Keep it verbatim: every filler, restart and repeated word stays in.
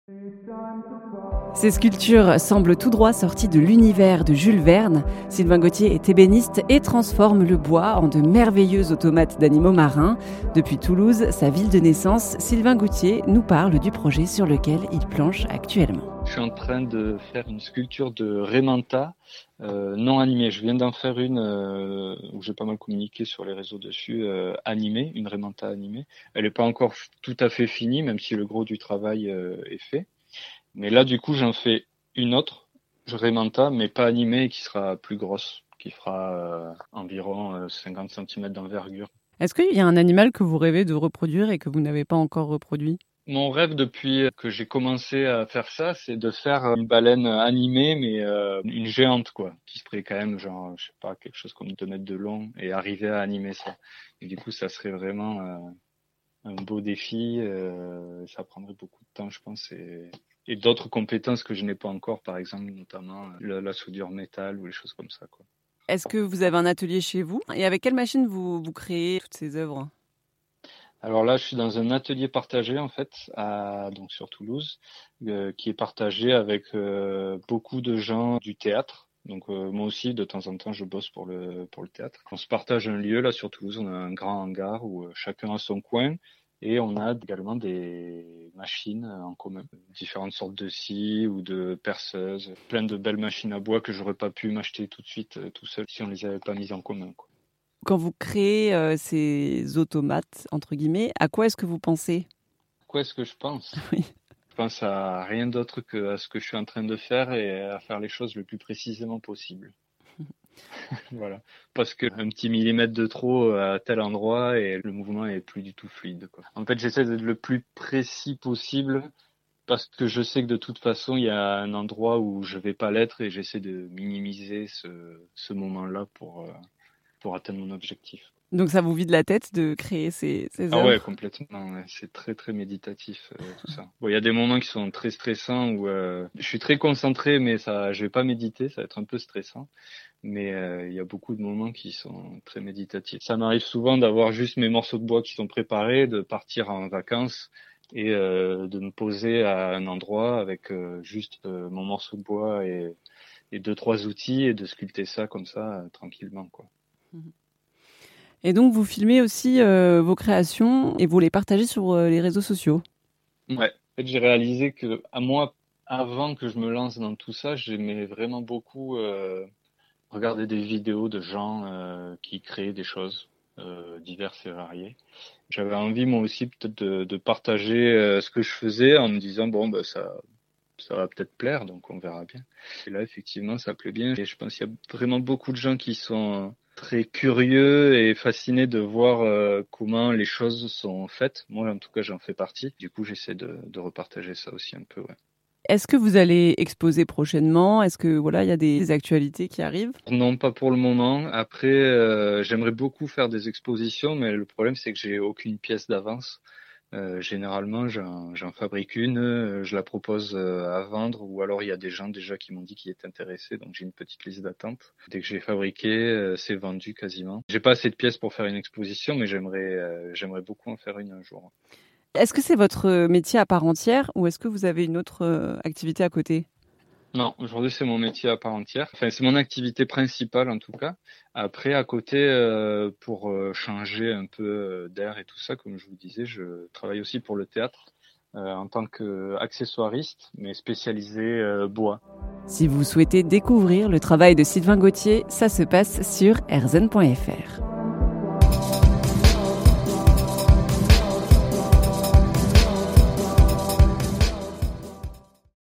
Ces sculptures semblent tout droit sorties de l'univers de Jules Verne. Sylvain Gauthier est ébéniste et transforme le bois en de merveilleux automates d'animaux marins. Depuis Toulouse, sa ville de naissance, Sylvain Gauthier nous parle du projet sur lequel il planche actuellement. Je suis en train de faire une sculpture de Raymanta euh, non animée. Je viens d'en faire une euh, où j'ai pas mal communiqué sur les réseaux dessus, euh, animée, une Raymanta animée. Elle n'est pas encore tout à fait finie, même si le gros du travail euh, est fait. Mais là, du coup, j'en fais une autre, Raymanta, mais pas animée, qui sera plus grosse, qui fera euh, environ euh, cinquante centimètres d'envergure. Est-ce qu'il y a un animal que vous rêvez de reproduire et que vous n'avez pas encore reproduit ? Mon rêve depuis que j'ai commencé à faire ça, c'est de faire une baleine animée, mais euh, une géante, quoi, qui serait quand même genre, je sais pas, quelque chose comme deux mètres de long, et arriver à animer ça. Et du coup, ça serait vraiment euh, un beau défi. Euh, ça prendrait beaucoup de temps, je pense, et, et d'autres compétences que je n'ai pas encore, par exemple, notamment la, la soudure métal ou les choses comme ça, quoi. Est-ce que vous avez un atelier chez vous ? Et avec quelle machine vous, vous créez toutes ces œuvres ? Alors là, je suis dans un atelier partagé en fait, à, donc sur Toulouse, euh, qui est partagé avec euh, beaucoup de gens du théâtre. Donc euh, moi aussi, de temps en temps, je bosse pour le pour le théâtre. On se partage un lieu là sur Toulouse. On a un grand hangar où euh, chacun a son coin et on a également des machines en commun, différentes sortes de scies ou de perceuses, plein de belles machines à bois que j'aurais pas pu m'acheter tout de suite euh, tout seul si on les avait pas mises en commun, quoi. Quand vous créez euh, ces automates, entre guillemets, à quoi est-ce que vous pensez ? À quoi est-ce que je pense ? Oui. Je pense à rien d'autre que à ce que je suis en train de faire et à faire les choses le plus précisément possible. Voilà. Parce que un petit millimètre de trop à tel endroit et le mouvement est plus du tout fluide, quoi. En fait, j'essaie d'être le plus précis possible parce que je sais que de toute façon, il y a un endroit où je vais pas l'être et j'essaie de minimiser ce, ce moment-là pour, euh, pour atteindre mon objectif. Donc ça vous vide la tête de créer ces, ces œuvres ? Ah ouais, complètement. Ouais. C'est très très méditatif euh, tout ça. Bon, il y a des moments qui sont très stressants où euh, je suis très concentré, mais ça, je vais pas méditer, ça va être un peu stressant. Mais euh, il y a beaucoup de moments qui sont très méditatifs. Ça m'arrive souvent d'avoir juste mes morceaux de bois qui sont préparés, de partir en vacances et euh, de me poser à un endroit avec euh, juste euh, mon morceau de bois et, et deux trois outils et de sculpter ça comme ça euh, tranquillement, quoi. Et donc, vous filmez aussi euh, vos créations et vous les partagez sur euh, les réseaux sociaux. Ouais. En fait, j'ai réalisé que, à moi, avant que je me lance dans tout ça, j'aimais vraiment beaucoup euh, regarder des vidéos de gens euh, qui créaient des choses euh, diverses et variées. J'avais envie, moi aussi, peut-être de, de partager euh, ce que je faisais en me disant, bon, bah, ça, ça va peut-être plaire, donc on verra bien. Et là, effectivement, ça plaît bien. Et je pense qu'il y a vraiment beaucoup de gens qui sont très curieux et fascinés de voir euh, comment les choses sont faites. Moi, en tout cas, j'en fais partie. Du coup, j'essaie de, de repartager ça aussi un peu, ouais. Est-ce que vous allez exposer prochainement ? Est-ce que voilà, il y a des, des actualités qui arrivent ? Non, pas pour le moment. Après, euh, j'aimerais beaucoup faire des expositions, mais le problème, c'est que j'ai aucune pièce d'avance. Euh, généralement, j'en, j'en fabrique une, euh, je la propose euh, à vendre, ou alors il y a des gens déjà qui m'ont dit qu'ils étaient intéressés, donc j'ai une petite liste d'attente. Dès que j'ai fabriqué, euh, c'est vendu quasiment. J'ai pas assez de pièces pour faire une exposition, mais j'aimerais, euh, j'aimerais beaucoup en faire une un jour. Est-ce que c'est votre métier à part entière ou est-ce que vous avez une autre euh, activité à côté ? Non, aujourd'hui c'est mon métier à part entière. Enfin, c'est mon activité principale en tout cas. Après, à côté, euh, pour euh, changer un peu euh, d'air et tout ça, comme je vous disais, je travaille aussi pour le théâtre euh, en tant qu'accessoiriste, mais spécialisé euh, bois. Si vous souhaitez découvrir le travail de Sylvain Gauthier, ça se passe sur erzen point f r.